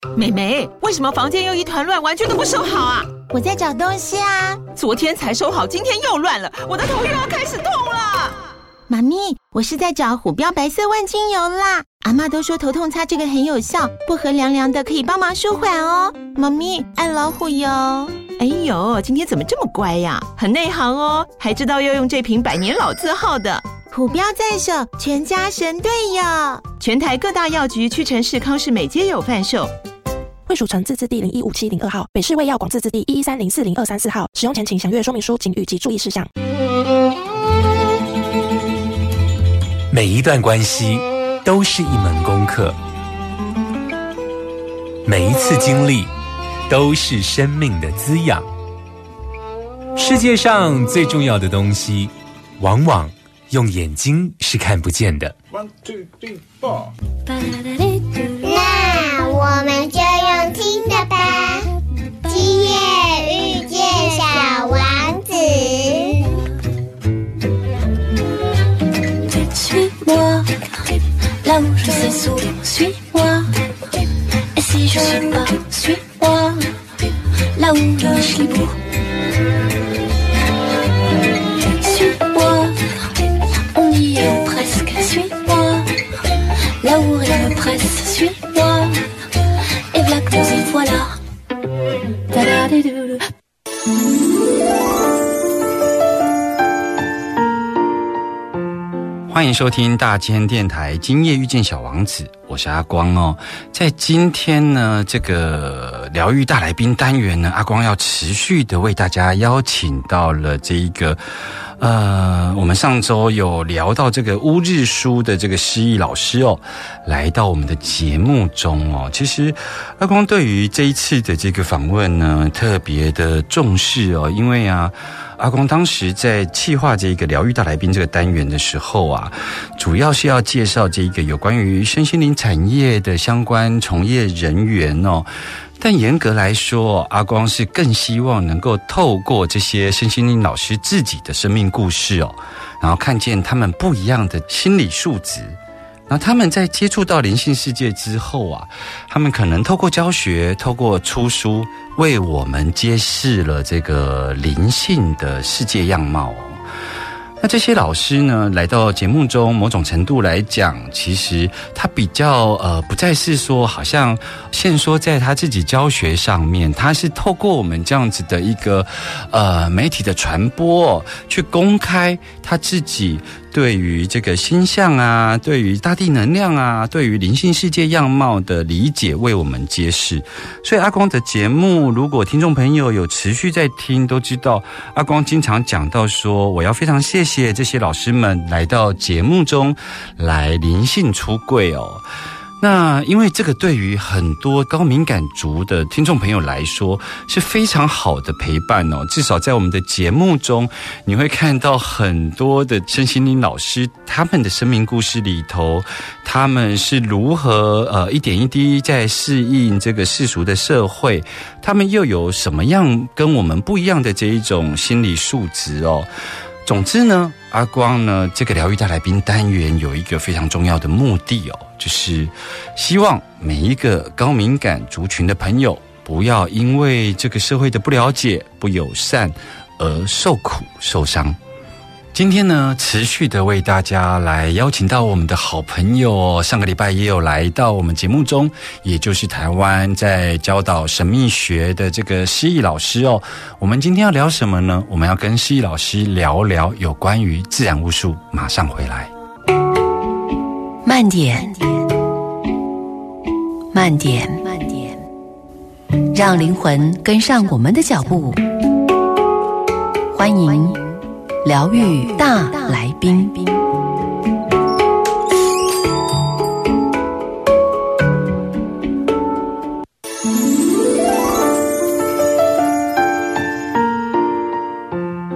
妹妹，为什么房间又一团乱，完全都不收好啊？ 我在找东西啊。 昨天才收好，今天又乱了，我的头又要开始痛了。 妈咪，我是在找虎标白色万金油啦。阿嬷都说头痛擦这个很有效，薄荷凉凉的可以帮忙舒缓哦。妈咪，爱老虎油。 哎呦，今天怎么这么乖呀？很内行哦，还知道要用这瓶百年老字号的。 虎标在手，全家神队友。 全台各大药局、屈臣氏、康士美皆有贩售。 惠蜀城自治地015702号，北市卫药广自治地113040234号。使用前请详阅说明书警语及注意事项。 每一段关系都是一门功课，每一次经历都是生命的滋养。世界上最重要的东西，往往用眼睛是看不见的。 1, 2, 3, 4。 那我们就用听的吧。今夜遇见小王子。 Suis-moi, là où je sais sourire, suis-moi. Et si je suis pas, suis-moi, là où je lâche les bouts. Suis-moi, on y est presque, suis-moi, là où rien ne presse, suis-moi. Et voilà que nous y voilà. Ta-da-di-do-do. 欢迎收听大千电台今夜遇见小王子，我是阿光哦。在今天呢，这个疗愈大来宾单元呢，阿光要持续的为大家邀请到了这一个我们上周有聊到这个乌日书的这个诗意老师哦，来到我们的节目中哦。其实阿光对于这一次的这个访问呢，特别的重视哦，因为啊，阿光当时在企划这个疗愈大来宾这个单元的时候啊，主要是要介绍这个有关于身心灵产业的相关从业人员哦。但严格来说，阿光是更希望能够透过这些身心灵老师自己的生命故事哦，然后看见他们不一样的心理素质。然后他们在接触到灵性世界之后啊，他们可能透过教学，透过出书，为我们揭示了这个灵性的世界样貌哦。那这些老师呢，来到节目中，某种程度来讲，其实他比较不再是说好像限缩在他自己教学上面，他是透过我们这样子的一个媒体的传播，去公开他自己对于这个星象啊，对于大地能量啊，对于灵性世界样貌的理解，为我们揭示。所以阿光的节目，如果听众朋友有持续在听，都知道阿光经常讲到说，我要非常谢谢这些老师们来到节目中来灵性出柜哦。那因为这个对于很多高敏感族的听众朋友来说是非常好的陪伴哦，至少在我们的节目中，你会看到很多的身心灵老师他们的生命故事里头，他们是如何一点一滴在适应这个世俗的社会，他们又有什么样跟我们不一样的这一种心理素质哦。总之呢，阿光呢这个疗愈大来宾单元有一个非常重要的目的哦，就是希望每一个高敏感族群的朋友，不要因为这个社会的不了解、不友善而受苦受伤。今天呢，持续的为大家来邀请到我们的好朋友哦，上个礼拜也有来到我们节目中，也就是台湾在教导神秘学的这个诗意老师哦。我们今天要聊什么呢？我们要跟诗意老师聊聊有关于自然巫术。马上回来。 慢点，慢点，慢点，让灵魂跟上我们的脚步。欢迎疗愈大来宾。 欢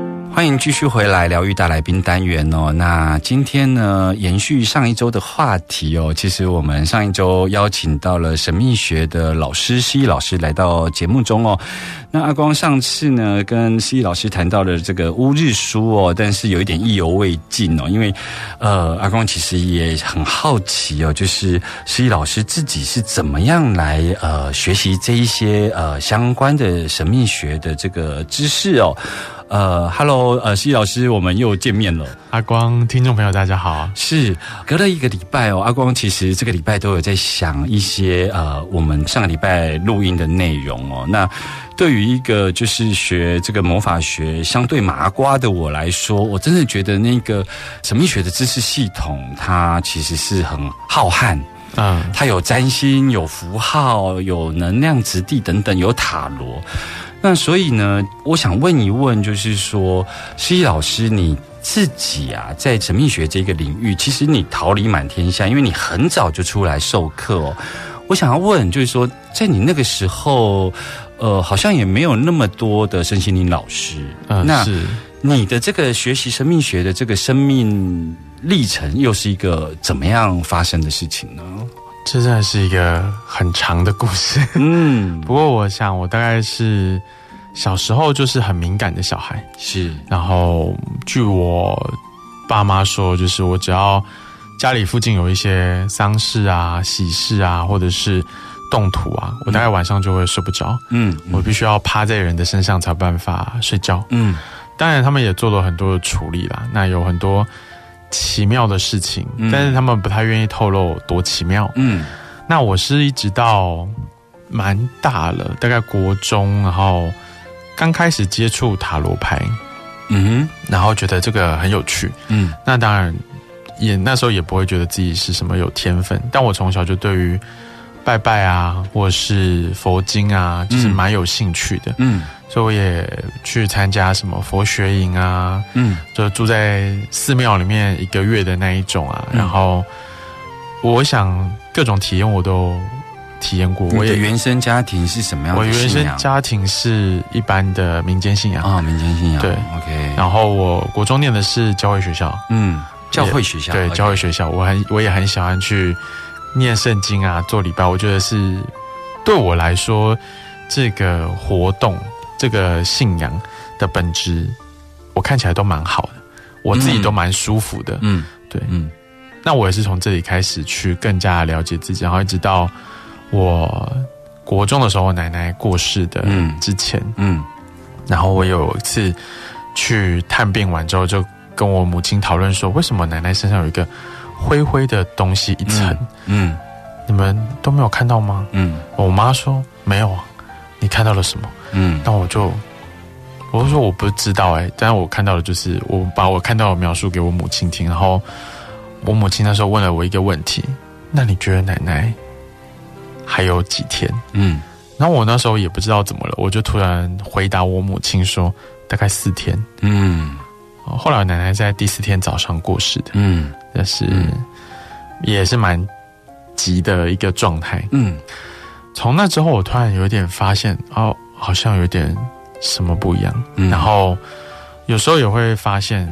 欢迎继续回来疗愈大来宾单元哦。那今天呢，延续上一周的话题哦，其实我们上一周邀请到了神秘学的老师诗意老师来到节目中哦。那阿光上次呢跟诗意老师谈到了这个乌日书哦，但是有一点意犹未尽哦，因为阿光其实也很好奇哦，就是诗意老师自己是怎么样来学习这一些相关的神秘学的这个知识哦。Hello， 诗意老师，我们又见面了。 阿光，听众朋友大家好。 是隔了一个礼拜哦，阿光其实这个礼拜都有在想一些我们上个礼拜录音的内容哦。那对于一个就是学这个魔法学相对麻瓜的我来说，我真的觉得那个神秘学的知识系统，它其实是很浩瀚。它有占星，有符号，有能量质地等等，有塔罗。那所以呢，我想问一问，就是说，诗意老师你自己啊，在神秘学这个领域，其实你桃李满天下，因为你很早就出来授课哦。我想要问，就是说，在你那个时候，好像也没有那么多的身心灵老师。那是你的这个学习神秘学的这个生命历程，又是一个怎么样发生的事情呢？ 这真的是一个很长的故事。不过我想我大概是小时候就是很敏感的小孩， 是。然后据我爸妈说，就是我只要家里附近有一些丧事啊、喜事啊，或者是动土啊，我大概晚上就会睡不着。我必须要趴在人的身上才有办法睡觉。当然他们也做了很多的处理啦，那有很多奇妙的事情，但是他们不太愿意透露多奇妙。那我是一直到蛮大了，大概国中，然后刚开始接触塔罗牌，然后觉得这个很有趣。那当然也那时候也不会觉得自己是什么有天分，但我从小就对于拜拜啊，或者是佛经啊，就是蛮有兴趣的。所以我也去参加什么佛学营啊，就住在寺庙里面1个月的那一种啊。然后我想各种体验我都体验过。 我的原生家庭是什么样的信仰？ 我原生家庭是一般的民间信仰啊，民间信仰。 对 ，OK。然后我国中念的是教会学校， 教会学校， 对，教会学校，我也很喜欢去念圣经啊，做礼拜。我觉得是对我来说，这个活动。这个信仰的本质，我看起来都蛮好的，我自己都蛮舒服的。对，那我也是从这里开始去更加了解自己，然后一直到我国中的时候，我奶奶过世的之前，然后我有一次去探病完之后，就跟我母亲讨论说，为什么奶奶身上有一个灰灰的东西一层？你们都没有看到吗？我妈说没有啊，你看到了什么？那我就说我不知道但是我看到的就是我把我看到的描述给我母亲听，然后我母亲那时候问了我一个问题，那你觉得奶奶还有几天？然后我那时候也不知道怎么了，我就突然回答我母亲说大概4天。后来奶奶在第4天早上过世的。但是也是蛮急的一个状态。从那之后我突然有点发现好像有点什么不一样。然后有时候也会发现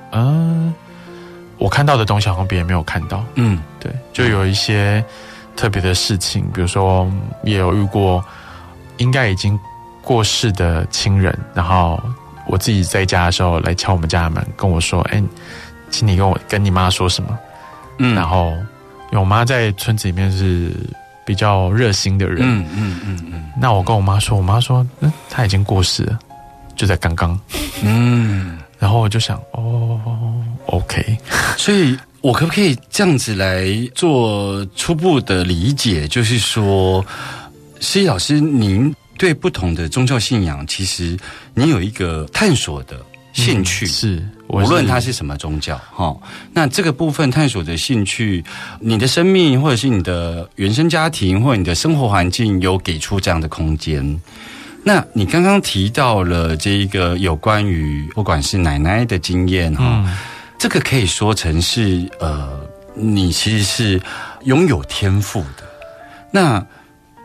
我看到的东西好像别人没有看到。对，就有一些特别的事情，比如说也有遇过应该已经过世的亲人，然后我自己在家的时候来敲我们家的门跟我说请你跟你妈说什么。然后因为我妈在村子里面是比较热心的人。那我跟我妈说她已经过世了，就在刚刚。然后我就想OK。 所以我可不可以这样子来做初步的理解，就是说诗意老师您对不同的宗教信仰其实你有一个探索的兴趣。 是无论它是什么宗教那这个部分探索的兴趣，你的生命或者是你的原生家庭或者你的生活环境有给出这样的空间。那你刚刚提到了这一个有关于不管是奶奶的经验这个可以说成是你其实是拥有天赋的。那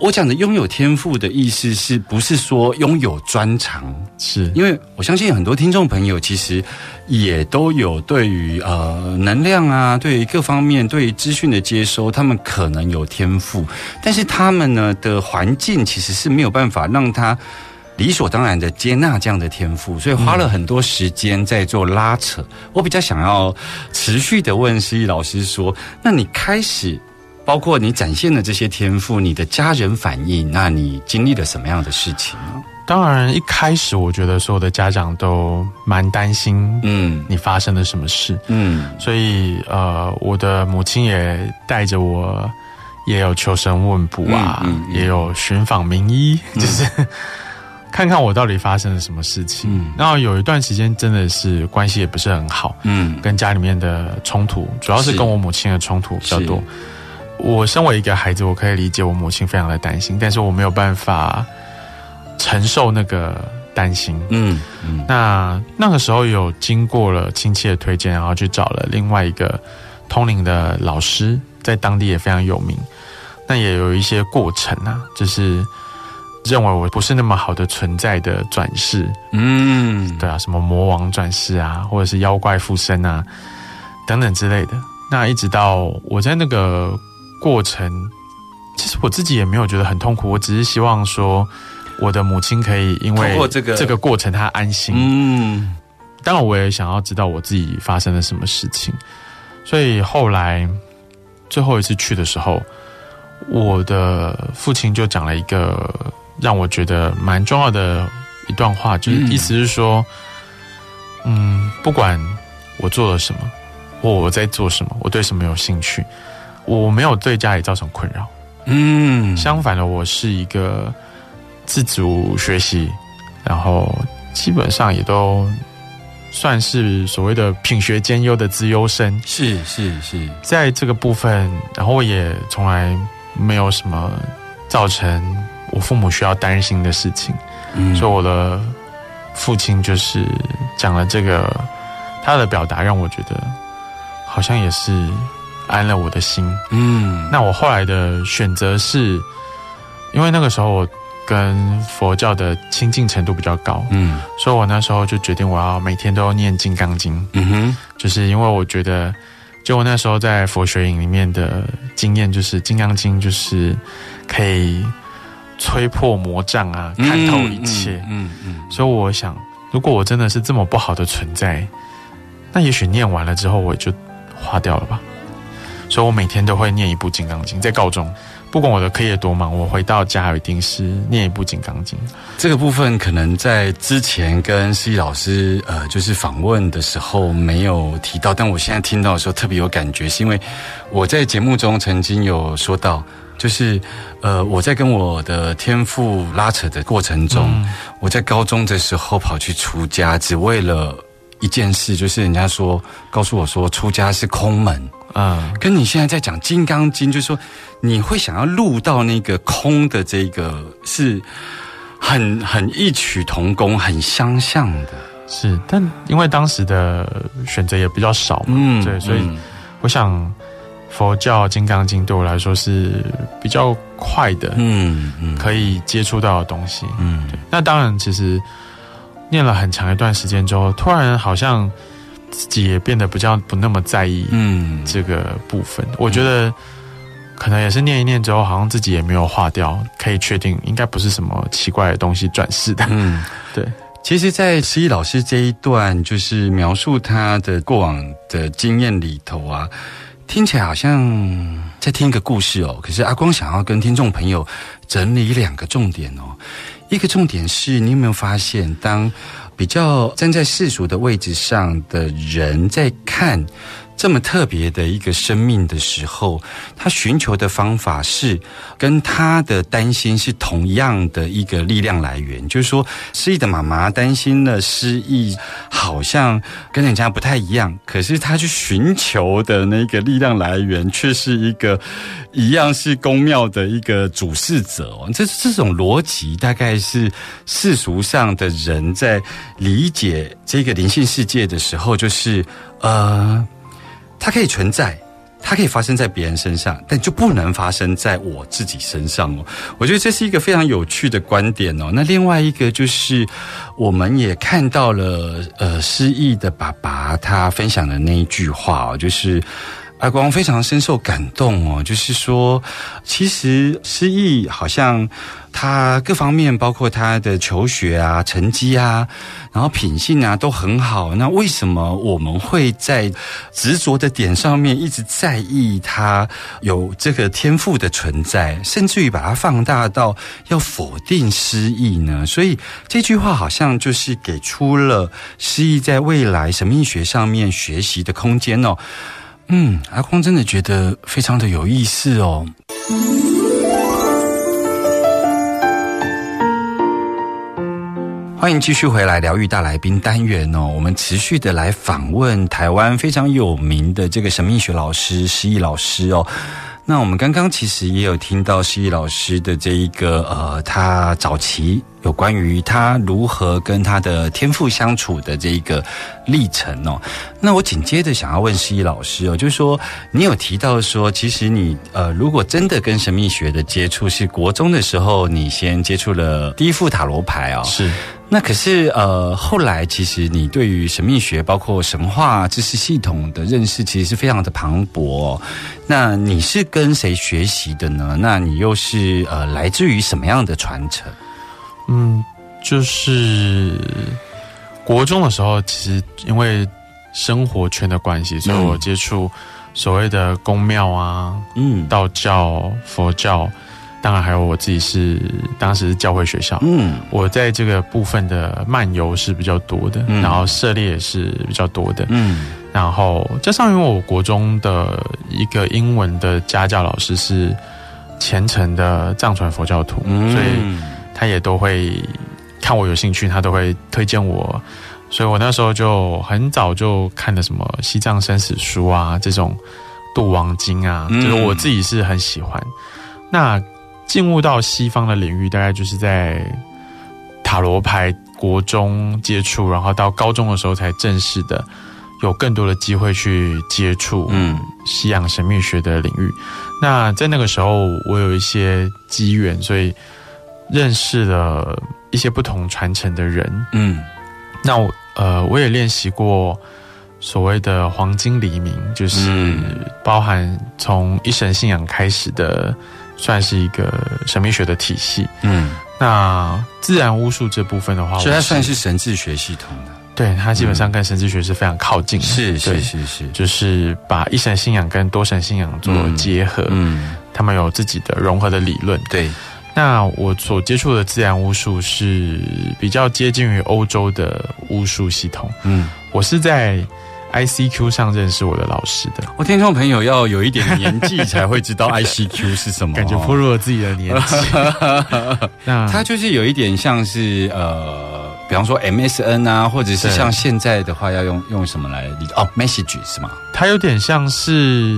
我讲的拥有天赋的意思是不是说拥有专长？ 是因为我相信很多听众朋友其实也都有对于能量啊，对于各方面，对于资讯的接收，他们可能有天赋，但是他们呢的环境其实是没有办法让他理所当然的接纳这样的天赋，所以花了很多时间在做拉扯。我比较想要持续的问诗逸老师说，那你开始包括你展现的这些天赋，你的家人反应，那你经历了什么样的事情呢？ 当然一开始我觉得所有的家长都蛮担心你发生了什么事，所以我的母亲也带着我，也有求神问卜啊，也有寻访名医，就是看看我到底发生了什么事情。然后有一段时间真的是关系也不是很好，跟家里面的冲突，主要是跟我母亲的冲突比较多。我身为一个孩子，我可以理解我母亲非常的担心，但是我没有办法承受那个担心。那个时候有经过了亲戚的推荐，然后去找了另外一个通灵的老师，在当地也非常有名。那也有一些过程啊，就是认为我不是那么好的存在的转世，对啊，什么魔王转世啊，或者是妖怪附身啊，等等之类的。那一直到我在那个过程，其实我自己也没有觉得很痛苦，我只是希望说我的母亲可以因为通过这个过程她安心。当然我也想要知道我自己发生了什么事情，所以后来最后一次去的时候，我的父亲就讲了一个让我觉得蛮重要的一段话，就是意思是说不管我做了什么，或我在做什么，我对什么有兴趣，我没有对家里造成困扰。相反的，我是一个自主学习，然后基本上也都算是所谓的品学兼优的资优生。 是， 在这个部分，然后我也从来没有什么造成我父母需要担心的事情。所以我的父亲就是讲了这个，他的表达让我觉得好像也是安了我的心。那我后来的选择是，因为那个时候我跟佛教的亲近程度比较高，所以我那时候就决定我要每天都要念金刚经。就是因为我觉得，就我那时候在佛学营里面的经验，就是金刚经就是可以摧破魔障啊，看透一切。所以我想，如果我真的是这么不好的存在，那也许念完了之后我就花掉了吧。所以我每天都会念一部金刚经，在高中不管我的课业多忙，我回到家一定是念一部金刚经。 这个部分可能在之前跟诗逸老师就是访问的时候没有提到，但我现在听到的时候特别有感觉，是因为我在节目中曾经有说到，就是我在跟我的天赋拉扯的过程中，我在高中的时候跑去出家，只为了一件事，就是人家告诉我说出家是空门。跟你现在在讲金刚经，就是说你会想要入到那个空的这个，是很异曲同工，很相像的。 是，但因为当时的选择也比较少嘛，对，所以我想佛教金刚经对我来说是比较快的，可以接触到的东西。对。那当然，其实念了很长一段时间之后，突然好像自己也变得比较不那么在意这个部分。我觉得可能也是念一念之后，好像自己也没有化掉，可以确定应该不是什么奇怪的东西转世的。对。 其实在诗逸老师这一段就是描述他的过往的经验里头啊，听起来好像在听一个故事哦。可是阿光想要跟听众朋友整理2个重点哦。一个重点是，你有没有发现，当比较站在世俗的位置上的人在看这么特别的一个生命的时候，他寻求的方法是跟他的担心是同样的一个力量来源。就是说，诗逸的妈妈担心了诗逸好像跟人家不太一样，可是他去寻求的那个力量来源却是一个一样是宫庙的一个主事者哦。这种逻辑大概是世俗上的人在理解这个灵性世界的时候，就是它可以存在， 它可以发生在别人身上，但就不能发生在我自己身上哦。我觉得这是一个非常有趣的观点哦。那另外一个就是，我们也看到了失忆的爸爸他分享的那一句话哦，就是阿光非常深受感动哦，就是说，其实失忆好像他各方面，包括他的求学啊、成绩啊，然后品性啊都很好。那为什么我们会在执着的点上面一直在意他有这个天赋的存在，甚至于把它放大到要否定失忆呢？所以这句话好像就是给出了失忆在未来神秘学上面学习的空间哦。阿光真的觉得非常的有意思哦。欢迎继续回来疗愈大来宾单元哦，我们持续的来访问台湾非常有名的这个神秘学老师失忆老师哦。那我们刚刚其实也有听到失忆老师的这一个他早期有关于他如何跟他的天赋相处的这一个历程哦。那我紧接着想要问失忆老师哦，就是说你有提到说，其实你如果真的跟神秘学的接触是国中的时候，你先接触了第一副塔罗牌哦， 是。 那可是后来其实你对于神秘学包括神话知识系统的认识其实是非常的磅礴哦。那你是跟谁学习的呢？那你又是来自于什么样的传承？ 就是国中的时候，其实因为生活圈的关系，所以我接触所谓的宫庙啊，道教、佛教。当然还有我自己是当时是教会学校，我在这个部分的漫游是比较多的，然后涉猎也是比较多的，然后加上因为我国中的一个英文的家教老师是虔诚的藏传佛教徒，所以他也都会看我有兴趣，他都会推荐我，所以我那时候就很早就看了什么西藏生死书啊，这种度王经啊，就是我自己是很喜欢。那进入到西方的领域，大概就是在塔罗牌国中接触，然后到高中的时候才正式的有更多的机会去接触西洋神秘学的领域。那在那个时候我有一些机缘，所以认识了一些不同传承的人。那我也练习过所谓的黄金黎明，就是包含从一神信仰开始的，算是一个神秘学的体系。那自然巫术这部分的话， 所以它算是神智学系统的。 对，它基本上跟神智学是非常靠近的。 是， 就是把一神信仰跟多神信仰做结合。他们有自己的融合的理论。 对。 那我所接触的自然巫术是比较接近于欧洲的巫术系统。我是在ICQ 上认识我的老师的。 我听众朋友要有一点年纪才会知道 ICQ 是什么， 感觉暴露了自己的年纪。 那它就是有一点像是比方说 MSN 啊，或者是像现在的话要用什么来理解？Message 是吗？ 它有点像是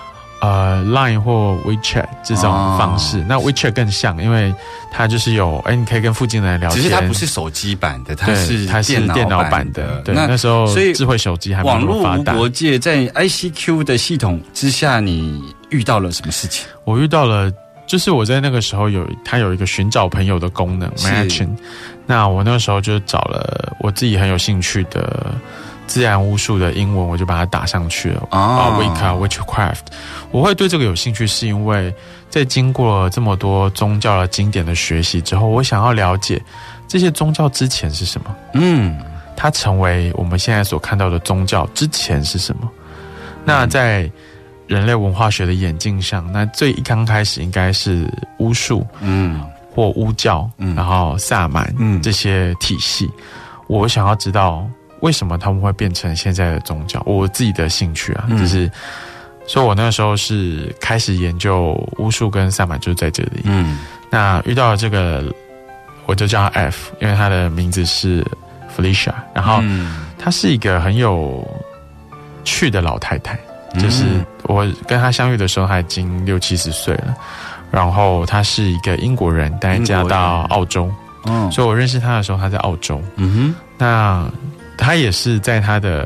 Line 或 WeChat 这种方式。那 WeChat 更像，因为它就是有你可以跟附近的人聊天， 只是它不是手机版的，它是电脑版的。对，那时候所以智慧手机还没有那么发达。网络无国界，在 ICQ 的系统之下，你遇到了什么事情？ 我遇到了，就是我在那个时候它有一个寻找朋友的功能 matching。那我那个时候就找了我自己很有兴趣的自然巫术的英文，我就把它打上去了。Witchcraft。我会对这个有兴趣，是因为在经过了这么多宗教的经典的学习之后，我想要了解这些宗教之前是什么。它成为我们现在所看到的宗教之前是什么？那在人类文化学的演进上，那最刚开始应该是巫术，或巫教，然后萨满，这些体系。我想要知道为什么他们会变成现在的宗教？我自己的兴趣啊，就是所以我那个时候是开始研究巫术跟萨满，就是在这里。那遇到了这个，我就叫他 F， 因为他的名字是 Felicia， 然后她是一个很有趣的老太太，就是我跟她相遇的时候，她已经60-70岁了，然后她是一个英国人，但嫁到澳洲，所以我认识她的时候，她在澳洲。那他也是在他的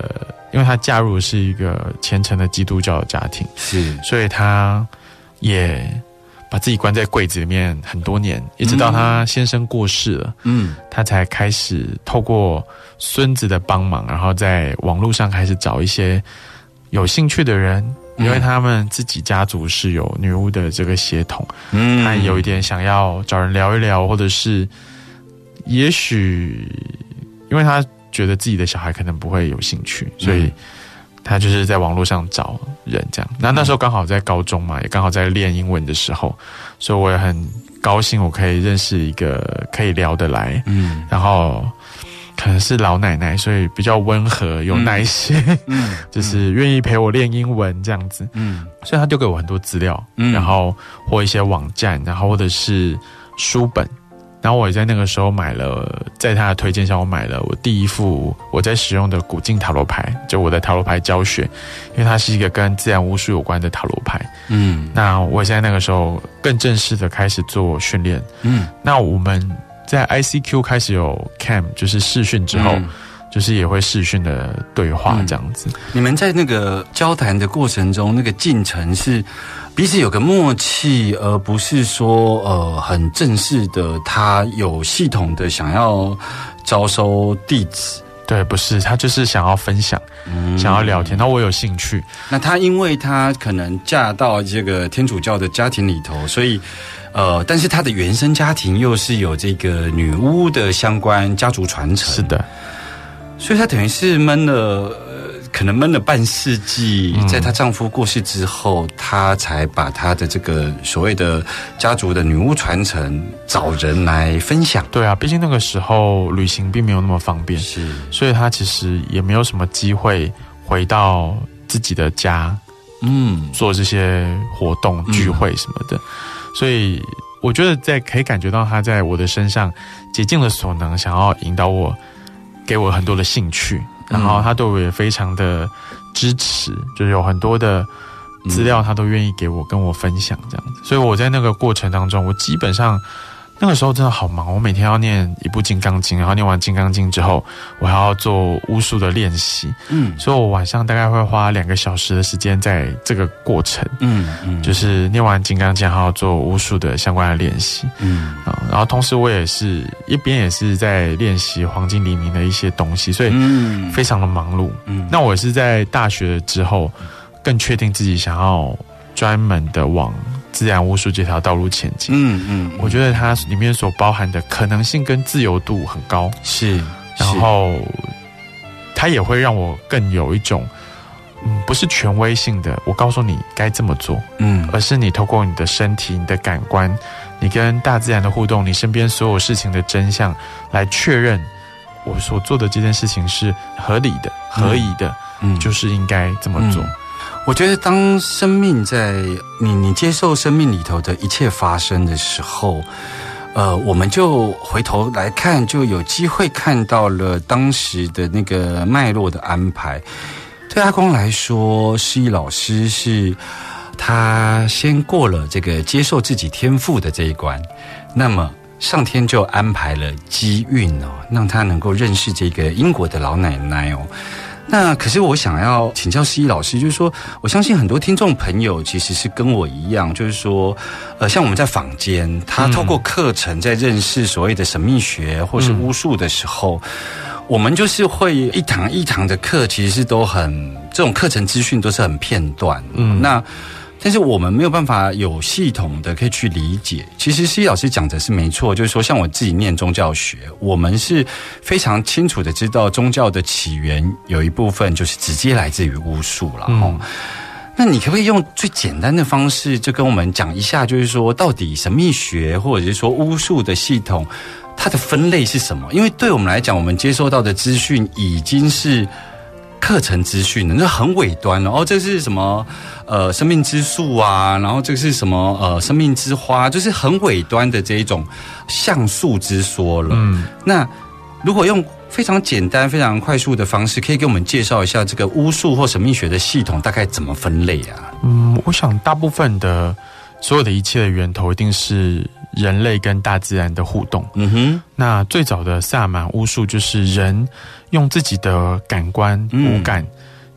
因为他嫁入的是一个虔诚的基督教的家庭， 是， 所以他也把自己关在柜子里面很多年，一直到他先生过世了，他才开始透过孙子的帮忙，然后在网络上开始找一些有兴趣的人，因为他们自己家族是有女巫的这个血统，他有一点想要找人聊一聊，或者是也许因为他觉得自己的小孩可能不会有兴趣，所以他就是在网络上找人这样。那时候刚好在高中嘛，也刚好在练英文的时候，所以我也很高兴我可以认识一个可以聊得来，然后可能是老奶奶，所以比较温和有耐心，就是愿意陪我练英文这样子，所以他丢给我很多资料，然后或一些网站，然后或者是书本。然后我也在那个时候买了，在他的推荐下，我买了我第一副我在使用的古镜塔罗牌，就我的塔罗牌教学，因为它是一个跟自然巫术有关的塔罗牌。那我在那个时候更正式的开始做训练。那我们在 ICQ 开始有 Cam， 就是视讯之后，就是也会视讯的对话这样子。 你们在那个交谈的过程中，那个进程是彼此有个默契，而不是说很正式的，他有系统的想要招收弟子。 对，不是，他就是想要分享，想要聊天，那我有兴趣。 那他因为他可能嫁到这个天主教的家庭里头，所以但是他的原生家庭又是有这个女巫的相关家族传承。 是的， 所以她等于是可能闷了半世纪，在她丈夫过世之后，她才把她的这个所谓的家族的女巫传承找人来分享。 对啊，毕竟那个时候旅行并没有那么方便， 是， 所以她其实也没有什么机会回到自己的家，做这些活动、聚会什么的。所以我觉得可以感觉到她在我的身上竭尽了所能，想要引导我，给我很多的兴趣。然后他对我也非常的支持，就是有很多的资料他都愿意给我，跟我分享这样子。所以我在那个过程当中，我基本上那个时候真的好忙，我每天要念一部金刚经，然后念完金刚经之后，我还要做巫术的练习，所以我晚上大概会花2个小时的时间在这个过程，就是念完金刚经还要做巫术的相关的练习，然后同时我也是一边也是在练习黄金黎明的一些东西，所以非常的忙碌。那我也是在大学之后更确定自己想要专门的往自然巫术这条道路前进。我觉得它里面所包含的可能性跟自由度很高， 是， 然后它也会让我更有一种不是权威性的我告诉你该这么做，而是你透过你的身体、你的感官，你跟大自然的互动，你身边所有事情的真相来确认我所做的这件事情是合理的、合宜的，就是应该这么做。 我觉得当生命在你接受生命里头的一切发生的时候，我们就回头来看，就有机会看到了当时的那个脉络的安排。对阿光来说，诗意老师是他先过了这个接受自己天赋的这一关，那么上天就安排了机运哦，让他能够认识这个英国的老奶奶哦。那可是我想要请教诗意老师，就是说，我相信很多听众朋友其实是跟我一样，就是说，像我们在坊间，他透过课程在认识所谓的神秘学或是巫术的时候，我们就是会一堂一堂的课，其实是都很这种课程资讯都是很片段，但是我们没有办法有系统的可以去理解。其实诗意老师讲的是没错，就是说像我自己念宗教学，我们是非常清楚的知道宗教的起源有一部分就是直接来自于巫术了。那你可不可以用最简单的方式就跟我们讲一下，就是说到底神秘学或者是说巫术的系统它的分类是什么？因为对我们来讲，我们接收到的资讯已经是课程资讯的，那很尾端哦，这是什么生命之树啊，然后这是什么生命之花，就是很尾端的这一种象数之说了。那如果用非常简单、非常快速的方式，可以给我们介绍一下这个巫术或神秘学的系统大概怎么分类啊？ 我想大部分的所有的一切的源头一定是人类跟大自然的互动。那最早的萨满巫术就是人用自己的感官、五感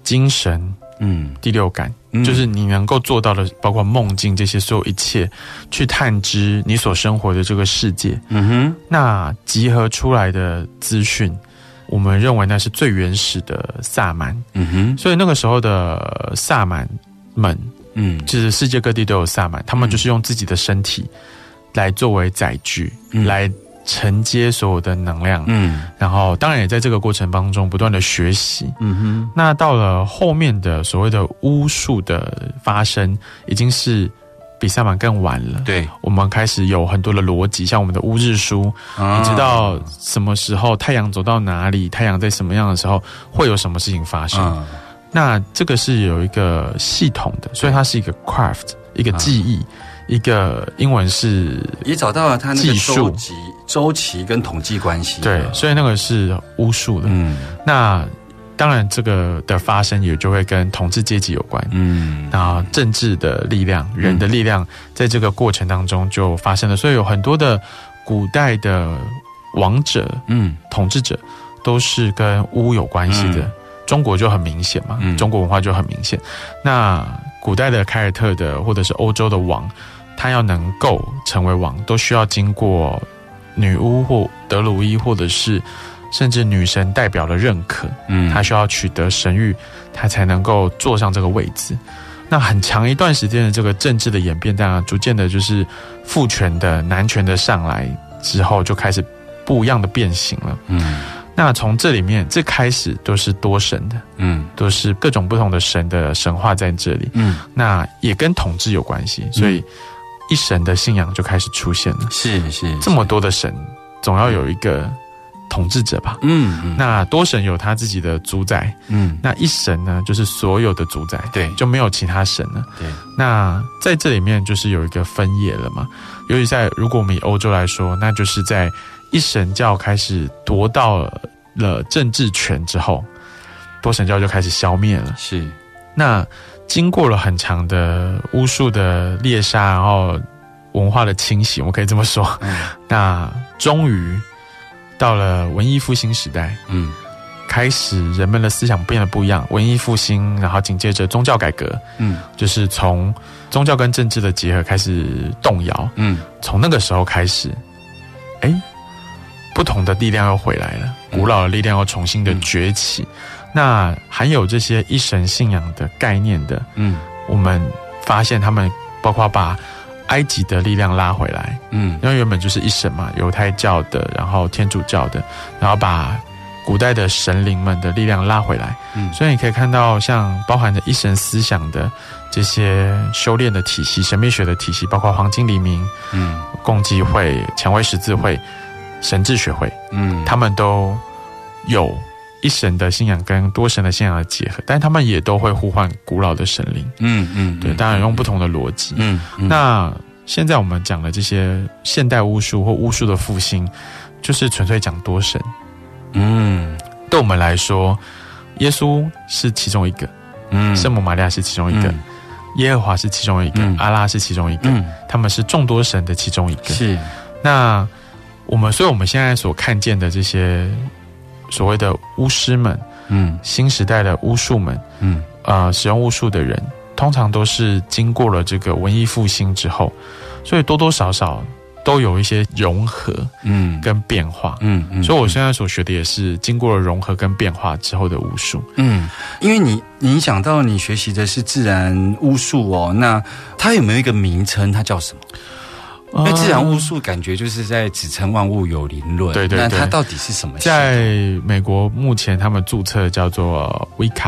精神，第六感，就是你能够做到的，包括梦境这些所有一切，去探知你所生活的这个世界。那集合出来的资讯，我们认为那是最原始的萨满。所以那个时候的萨满们，就是世界各地都有萨满，他们就是用自己的身体来作为载具，来承接所有的能量，然后当然也在这个过程当中不断的学习，那到了后面的所谓的巫术的发生，已经是比萨满更晚了。对，我们开始有很多的逻辑，像我们的乌日书，你知道什么时候太阳走到哪里，太阳在什么样的时候会有什么事情发生，那这个是有一个系统的，所以它是一个 craft， 一个技艺，一个英文是也找到了它那个周期跟统计关系。 对，所以那个是巫术的。那当然这个的发生也就会跟统治阶级有关。然后政治的力量，人的力量在这个过程当中就发生了，所以有很多的古代的王者，统治者都是跟巫有关系的。中国就很明显嘛，中国文化就很明显。那古代的凯尔特的或者是欧洲的王，他要能够成为王，都需要经过女巫或德鲁伊或者是甚至女神代表的认可，他需要取得神谕，他才能够坐上这个位置。那很长一段时间的这个政治的演变，当然逐渐的就是父权的男权的上来之后，就开始不一样的变形了。那从这里面，这开始都是多神的，都是各种不同的神的神话在这里，那也跟统治有关系，所以一神的信仰就开始出现了。是这么多的神，总要有一个统治者吧？那多神有他自己的主宰，那一神呢，就是所有的主宰，对，就没有其他神了。对，那在这里面就是有一个分野了嘛。尤其在如果我们以欧洲来说，那就是在一神教开始夺到了政治权之后，多神教就开始消灭了。是，那经过了很长的巫术的猎杀，然后文化的清洗，我们可以这么说。那终于到了文艺复兴时代，开始人们的思想变得不一样。文艺复兴，然后紧接着宗教改革，就是从宗教跟政治的结合开始动摇。从那个时候开始，不同的力量又回来了，古老的力量又重新的崛起。那含有这些一神信仰的概念的，我们发现他们包括把埃及的力量拉回来，因为原本就是一神嘛，犹太教的，然后天主教的，然后把古代的神灵们的力量拉回来。所以你可以看到，像包含着一神思想的这些修炼的体系、神秘学的体系，包括黄金黎明、共济会、蔷薇十字会、神智学会，他们都有一神的信仰跟多神的信仰的结合，但他们也都会呼唤古老的神灵。对，当然用不同的逻辑。那现在我们讲的这些现代巫术或巫术的复兴，就是纯粹讲多神。对我们来说，耶稣是其中一个，圣母玛利亚是其中一个，耶和华是其中一个，阿拉是其中一个，他们是众多神的其中一个。是，那所以我们现在所看见的这些所谓的巫师们，新时代的巫术们，使用巫术的人，通常都是经过了这个文艺复兴之后，所以多多少少都有一些融合，跟变化。所以我现在所学的也是经过了融合跟变化之后的巫术。 因为你讲到你学习的是自然巫术哦，那它有没有一个名称？它叫什么？因为自然巫术感觉就是在指称万物有灵论，对，那它到底是什么？ 在美国目前他们注册叫做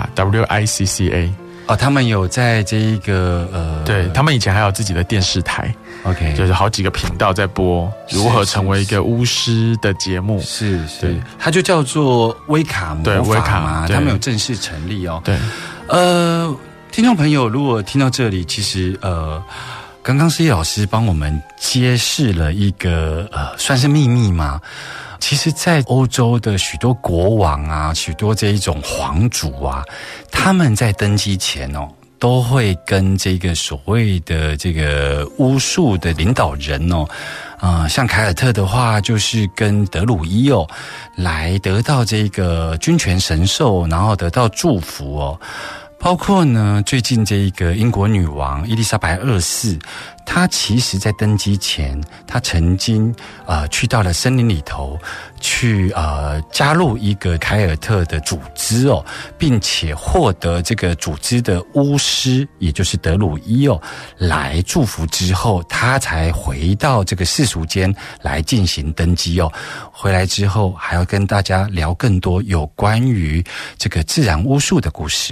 WICCA。 他们有在这一个对，他们以前还有自己的电视台 ，OK， 就是好几个频道在播如何成为一个巫师的节目， 对，它就叫做威卡魔法嘛，他们有正式成立哦。对，听众朋友，如果听到这里，其实刚刚思怡老师帮我们揭示了一个算是秘密嘛。其实在欧洲的许多国王啊，许多这一种皇族啊，他们在登基前都会跟这个所谓的这个巫术的领导人像凯尔特的话，就是跟德鲁伊哦，来得到这个君权神授，然后得到祝福哦。包括呢，最近这一个英国女王伊丽莎白二世，她其实在登基前，她曾经去到了森林里头，去加入一个凯尔特的组织哦，并且获得这个组织的巫师，也就是德鲁伊哦，来祝福之后，她才回到这个世俗间来进行登基哦。回来之后，还要跟大家聊更多有关于这个自然巫术的故事。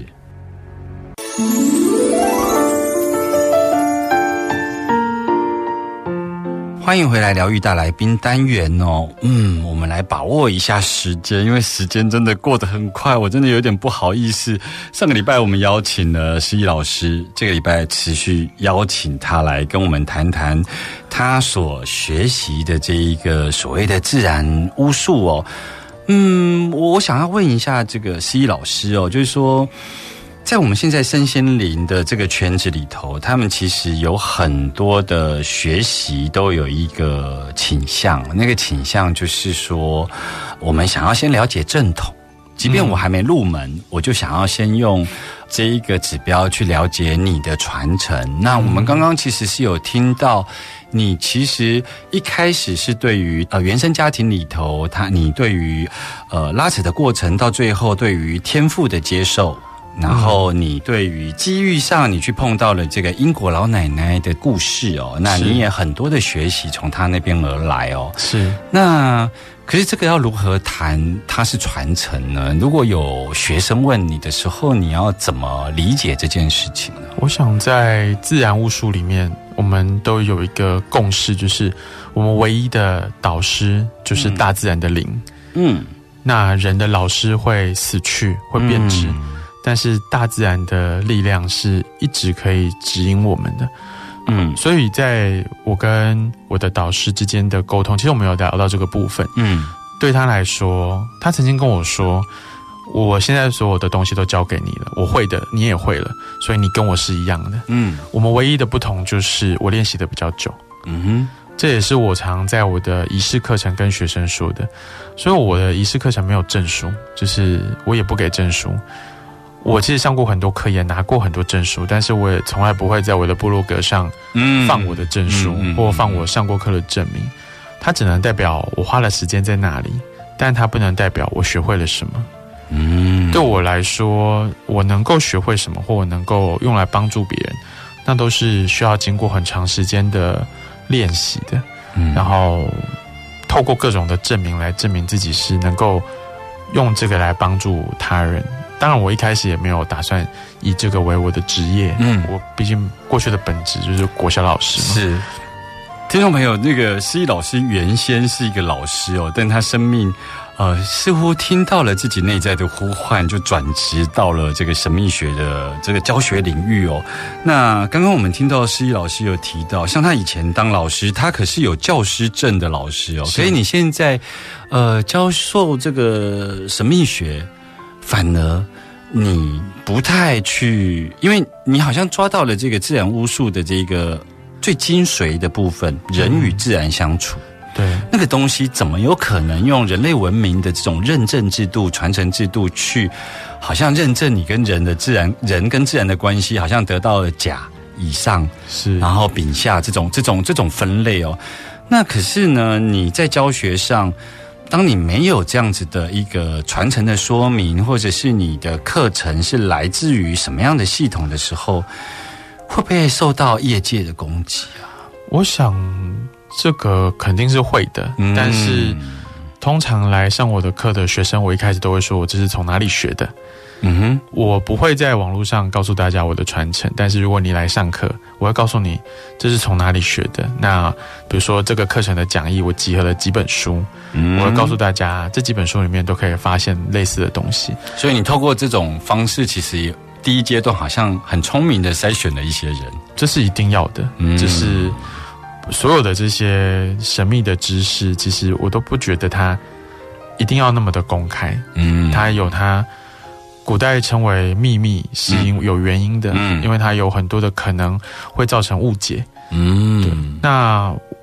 欢迎回来疗愈大来宾单元哦。我们来把握一下时间，因为时间真的过得很快，我真的有点不好意思。上个礼拜我们邀请了诗怡老师，这个礼拜持续邀请他来跟我们谈谈他所学习的这一个所谓的自然巫术哦。我想要问一下这个诗怡老师哦，就是说，在我们现在身心灵的这个圈子里头，他们其实有很多的学习都有一个倾向，那个倾向就是说，我们想要先了解正统，即便我还没入门，我就想要先用这一个指标去了解你的传承。那我们刚刚其实是有听到，你其实一开始是对于原生家庭里头，你对于拉扯的过程，到最后对于天赋的接受。然后你对于机遇上，你去碰到了这个英国老奶奶的故事哦，那你也很多的学习从她那边而来哦。 是。 那可是这个要如何谈它是传承呢？如果有学生问你的时候，你要怎么理解这件事情呢？ 我想在自然巫术里面，我们都有一个共识，就是我们唯一的导师就是大自然的灵。那人的老师会死去，会变质。但是大自然的力量是一直可以指引我们的，所以在我跟我的导师之间的沟通，其实我们有聊到这个部分，对他来说，他曾经跟我说，我现在所有的东西都交给你了，我会的，你也会了，所以你跟我是一样的，我们唯一的不同就是我练习的比较久，这也是我常在我的仪式课程跟学生说的，所以我的仪式课程没有证书，就是我也不给证书。我其实上过很多课，也拿过很多证书，但是我也从来不会在我的部落格上放我的证书，或放我上过课的证明。它只能代表我花了时间在那里，但它不能代表我学会了什么。对我来说，我能够学会什么，或我能够用来帮助别人，那都是需要经过很长时间的练习的。然后透过各种的证明来证明自己是能够用这个来帮助他人。当然我一开始也没有打算以这个为我的职业，我毕竟过去的本质就是国小老师嘛。 是，听众朋友，那个诗怡老师原先是一个老师哦，但他生命似乎听到了自己内在的呼唤，就转职到了这个神秘学的这个教学领域哦。那刚刚我们听到诗怡老师有提到，像他以前当老师，他可是有教师证的老师哦，所以你现在教授这个神秘学，反而你不太去，因为你好像抓到了这个自然巫术的这个最精髓的部分，人与自然相处。 对， 那个东西怎么有可能用人类文明的这种认证制度、传承制度去，好像认证你跟人跟自然的关系，好像得到了甲以上， 是， 然后丙下这种分类哦。那可是呢，你在教学上，当你没有这样子的一个传承的说明，或者是你的课程是来自于什么样的系统的时候，会不会受到业界的攻击啊？ 我想这个肯定是会的，但是通常来上我的课的学生，我一开始都会说我这是从哪里学的。我不会在网络上告诉大家我的传承，但是如果你来上课，我会告诉你这是从哪里学的。那比如说这个课程的讲义，我集合了几本书，我会告诉大家这几本书里面都可以发现类似的东西。 所以你透过这种方式，其实第一阶段好像很聪明的筛选了一些人， 这是一定要的。就是所有的这些神秘的知识，其实我都不觉得它一定要那么的公开。它有它古代称为秘密，是有原因的，因为它有很多的可能会造成误解。对，那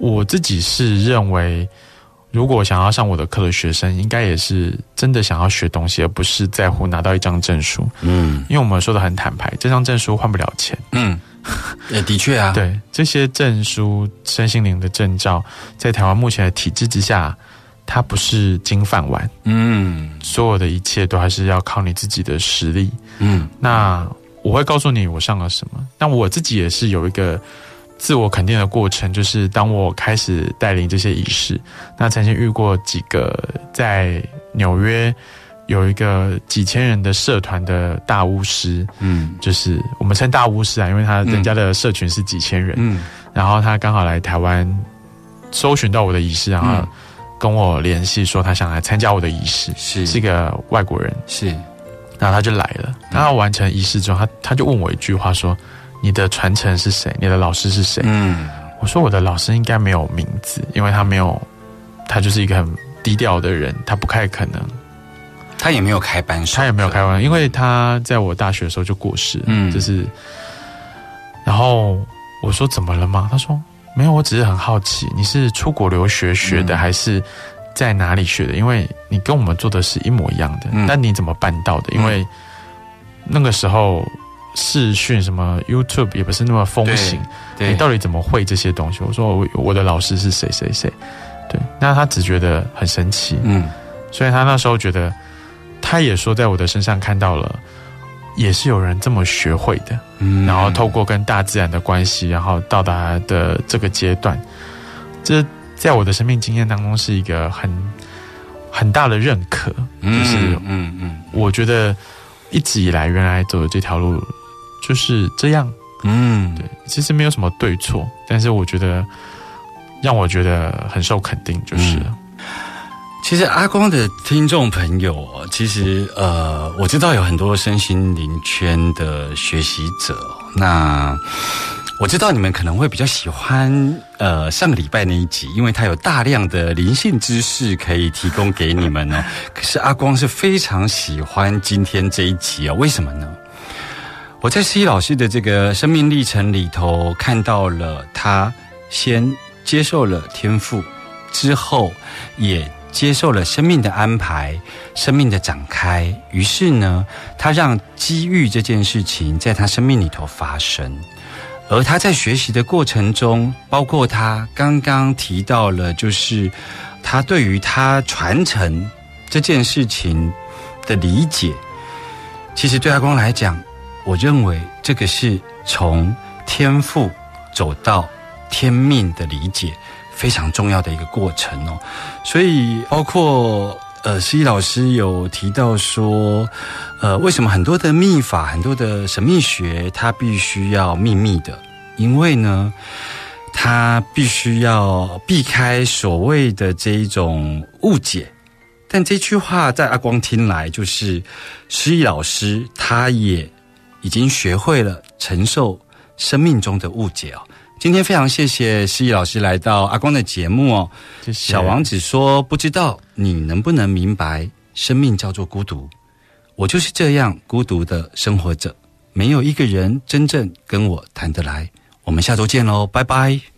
我自己是认为，如果想要上我的课的学生，应该也是真的想要学东西，而不是在乎拿到一张证书。因为我们说的很坦白，这张证书换不了钱。 的确啊， 对，这些证书、身心灵的证照，在台湾目前的体制之下，它不是金饭碗。所有的一切都还是要靠你自己的实力。那我会告诉你我上了什么，但我自己也是有一个自我肯定的过程，就是当我开始带领这些仪式，那曾经遇过几个在纽约有一个几千人的社团的大巫师，就是我们称大巫师啊，因为人家的社群是几千人，然后他刚好来台湾搜寻到我的仪式，然后跟我联系说他想来参加我的仪式，是一个外国人，然后他就来了。当他完成仪式之后，他就问我一句话说：“你的传承是谁？你的老师是谁？”我说我的老师应该没有名字，因为他就是一个很低调的人，他不太可能。 他也没有开班， 因为他在我大学的时候就过世了，然后我说怎么了吗？他说没有，我只是很好奇，你是出国留学学的，还是在哪里学的？因为你跟我们做的是一模一样的，但你怎么办到的？因为那个时候视讯什么 YouTube 也不是那么风行，你到底怎么会这些东西？我说我的老师是谁谁谁，对，那他只觉得很神奇，所以他那时候觉得。他也说在我的身上看到了也是有人这么学会的，然后透过跟大自然的关系，然后到达的这个阶段，这在我的生命经验当中是一个很大的认可，就是我觉得一直以来原来走的这条路就是这样，对，其实没有什么对错，但是我觉得让我觉得很受肯定就是了。 其实阿光的听众朋友，其实我知道有很多身心灵圈的学习者，那我知道你们可能会比较喜欢上个礼拜那一集，因为它有大量的灵性知识可以提供给你们哦。可是阿光是非常喜欢今天这一集哦，为什么呢？我在诗怡老师的这个生命历程里头看到了他先接受了天赋，之后也接受了生命的安排，生命的展开，于是呢，他让机遇这件事情在他生命里头发生。而他在学习的过程中，包括他刚刚提到了，就是他对于他传承这件事情的理解，其实对阿光来讲，我认为这个是从天赋走到天命的理解非常重要的一个过程哦。所以包括诗怡老师有提到说为什么很多的秘法，很多的神秘学它必须要秘密的，因为呢它必须要避开所谓的这一种误解。但这句话在阿光听来，就是诗怡老师他也已经学会了承受生命中的误解哦。今天非常谢谢诗怡老师来到阿光的节目哦。谢谢。小王子说，不知道你能不能明白，生命叫做孤独，我就是这样孤独的生活着，没有一个人真正跟我谈得来。我们下周见咯，拜拜。